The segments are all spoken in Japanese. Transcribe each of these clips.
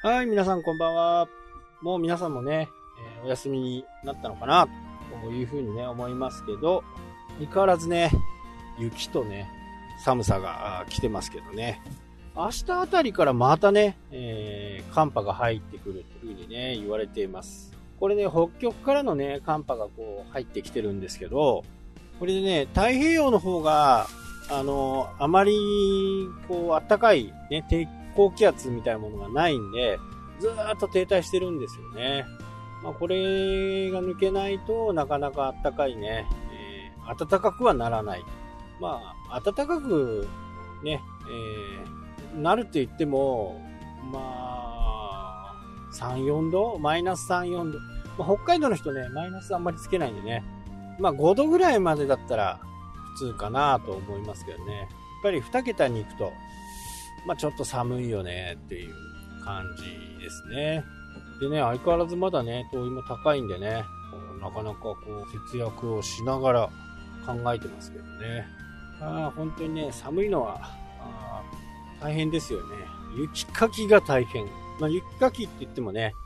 はい、皆さんこんばんは。もう皆さんもね、お休みになったのかな、というふうにね、思いますけど、相変わらずね、雪とね、寒さが来てますけどね。明日あたりからまたね、寒波が入ってくるというふうにね、言われています。これね、北極からのね、寒波がこう入ってきてるんですけど、これでね、太平洋の方が、あまり、こう、暖かいね、低気圧みたいなものがないんで、ずーっと停滞してるんですよね。まあ、これが抜けないとなかなか暖かいね、暖かくはならない。まあ、暖かくね、なると言っても、まあ、3、4度マイナス3、4度。まあ、北海道の人ね、マイナスあんまりつけないんでね。まあ、5度ぐらいまでだったら普通かなと思いますけどね。やっぱり2桁に行くと、まあ、ちょっと寒いよねっていう感じですね。でね、相変わらずまだね、灯油も高いんでね、なかなかこう節約をしながら考えてますけどね。本当にね、寒いのは大変ですよね。雪かきが大変。まあ、雪かきって言ってもね、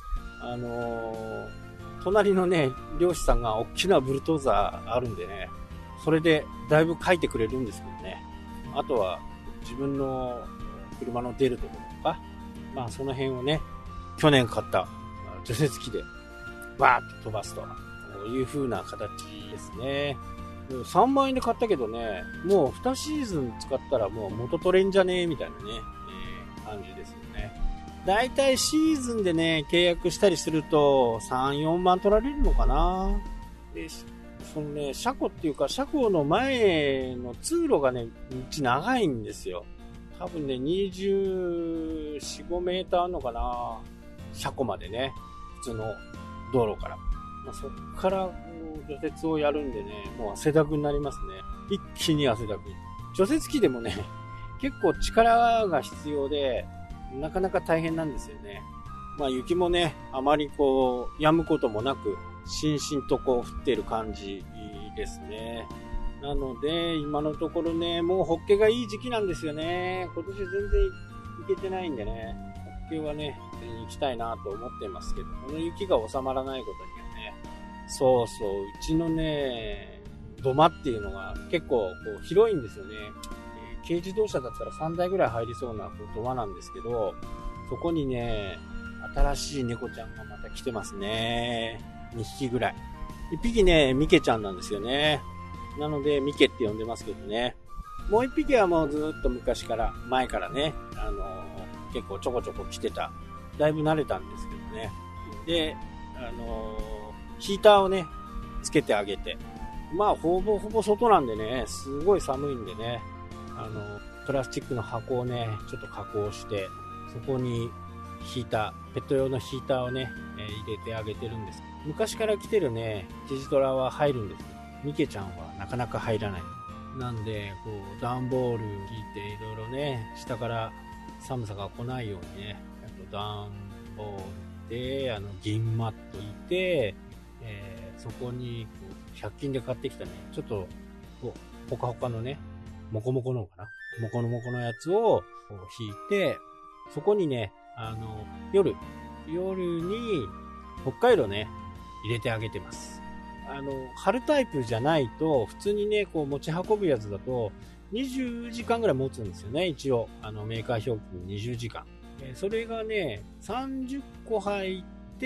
隣のね、漁師さんが大きなブルトーザーあるんでね、それでだいぶ書いてくれるんですけどね。あとは自分の車の出るところとか、まあその辺をね、去年買った除雪機でバーッと飛ばすという風な形ですね。3万円で買ったけどね、もう2シーズン使ったらもう元取れんじゃねえみたいなね、感じですよね。だいたいシーズンでね、契約したりすると3、4万取られるのかな。で、そのね、車庫っていうか、車庫の前の通路がね、道長いんですよ。多分ね、24、5メーターあるのかな。車庫までね、普通の道路から。まあ、そっから除雪をやるんでね、もう汗だくになりますね。一気に汗だく。除雪機でもね、結構力が必要で、なかなか大変なんですよね。まあ雪もね、あまりこう、止むこともなく、しんしんとこう降っている感じですね。なので、今のところね、もうホッケがいい時期なんですよね。今年全然行けてないんでね、ホッケはね、行きたいなと思ってますけど、この雪が収まらないことにはね、そうそう、うちのね、土間っていうのが結構こう広いんですよね。軽自動車だったら3台ぐらい入りそうな土間なんですけど、そこにね、新しい猫ちゃんがまた来てますね。2匹ぐらい。1匹ね、ミケちゃんなんですよね。なので、ミケって呼んでますけどね。もう1匹はもうずっと昔から、前からね、結構ちょこちょこ来てた。だいぶ慣れたんですけどね。で、ヒーターをね、つけてあげて。まあ、ほぼほぼ外なんでね、すごい寒いんでね、プラスチックの箱をね、ちょっと加工して、そこにヒーター、ペット用のヒーターをね、入れてあげてるんです。昔から来てるね、キジトラは入るんですけど、ミケちゃんはなかなか入らない。なんで、こう、段ボール引いていろいろね、下から寒さが来ないようにね、段ボールで、銀マットいて、そこにこう、100均で買ってきたね、ちょっと、こう、ほかほかのね、モコモコのかなモコモコのやつをこう引いて、そこにね、夜に北海道ね、入れてあげてます。春タイプじゃないと、普通にね、こう持ち運ぶやつだと、20時間ぐらい持つんですよね、一応。メーカー表記20時間。それがね、30個入って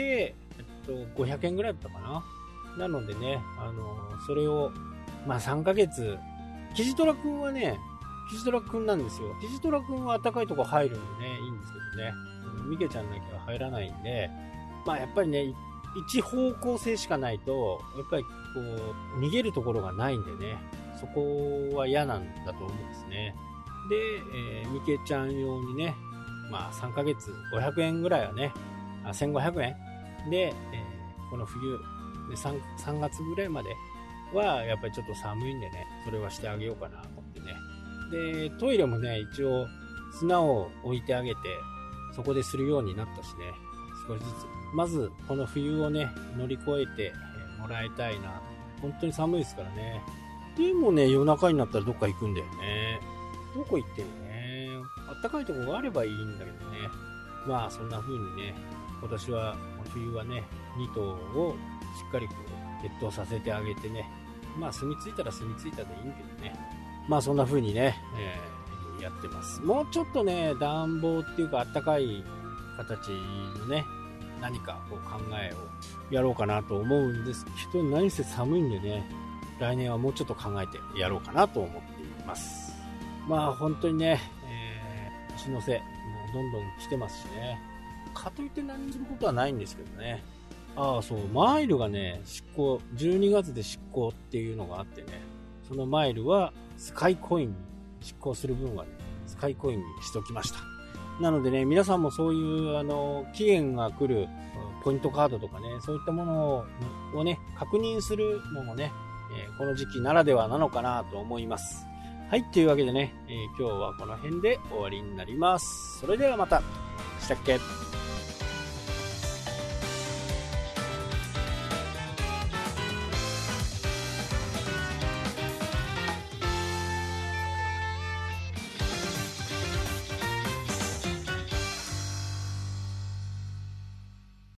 、500円ぐらいだったかな。なのでね、それを、まあ3ヶ月、キジトラくんはね、キジトラくんなんですよ。キジトラくんは暖かいとこ入るんでね、いいんですけどね。ミケちゃんだけは入らないんで、まあやっぱりね、一方向性しかないと、やっぱりこう、逃げるところがないんでね、そこは嫌なんだと思うんですね。で、ミケちゃん用にね、まあ3ヶ月500円ぐらいはね、1500円で、この冬で 3月ぐらいまではやっぱりちょっと寒いんでね、それはしてあげようかなと思ってね。で、トイレもね、一応砂を置いてあげて、そこでするようになったしね、少しずつ。まず、この冬をね、乗り越えてもらいたいな。本当に寒いですからね。でもね、夜中になったらどっか行くんだよね。どこ行ってるね。あったかいとこがあればいいんだけどね。 まあそんな風にね、今年は冬はね2頭をしっかりこう越冬させてあげてね、まあ住み着いたら住み着いたでいいんけどね、まあそんな風にね、やってます。もうちょっとね暖房っていうかあったかい形のね何かこう考えをやろうかなと思うんですけど、何せ寒いんでね、来年はもうちょっと考えてやろうかなと思っています。まあ本当にね、年の瀬もうどんどん来てますしね、かといって何することはないんですけどね。ああそう、マイルがね執行12月で執行っていうのがあってね、そのマイルはスカイコインに執行する分はねスカイコインにしときました。なのでね、皆さんもそういう期限が来るポイントカードとかね、そういったものをね確認するのもね、この時期ならではなのかなと思います。はい、というわけでね、今日はこの辺で終わりになります。それではまた。したっけ。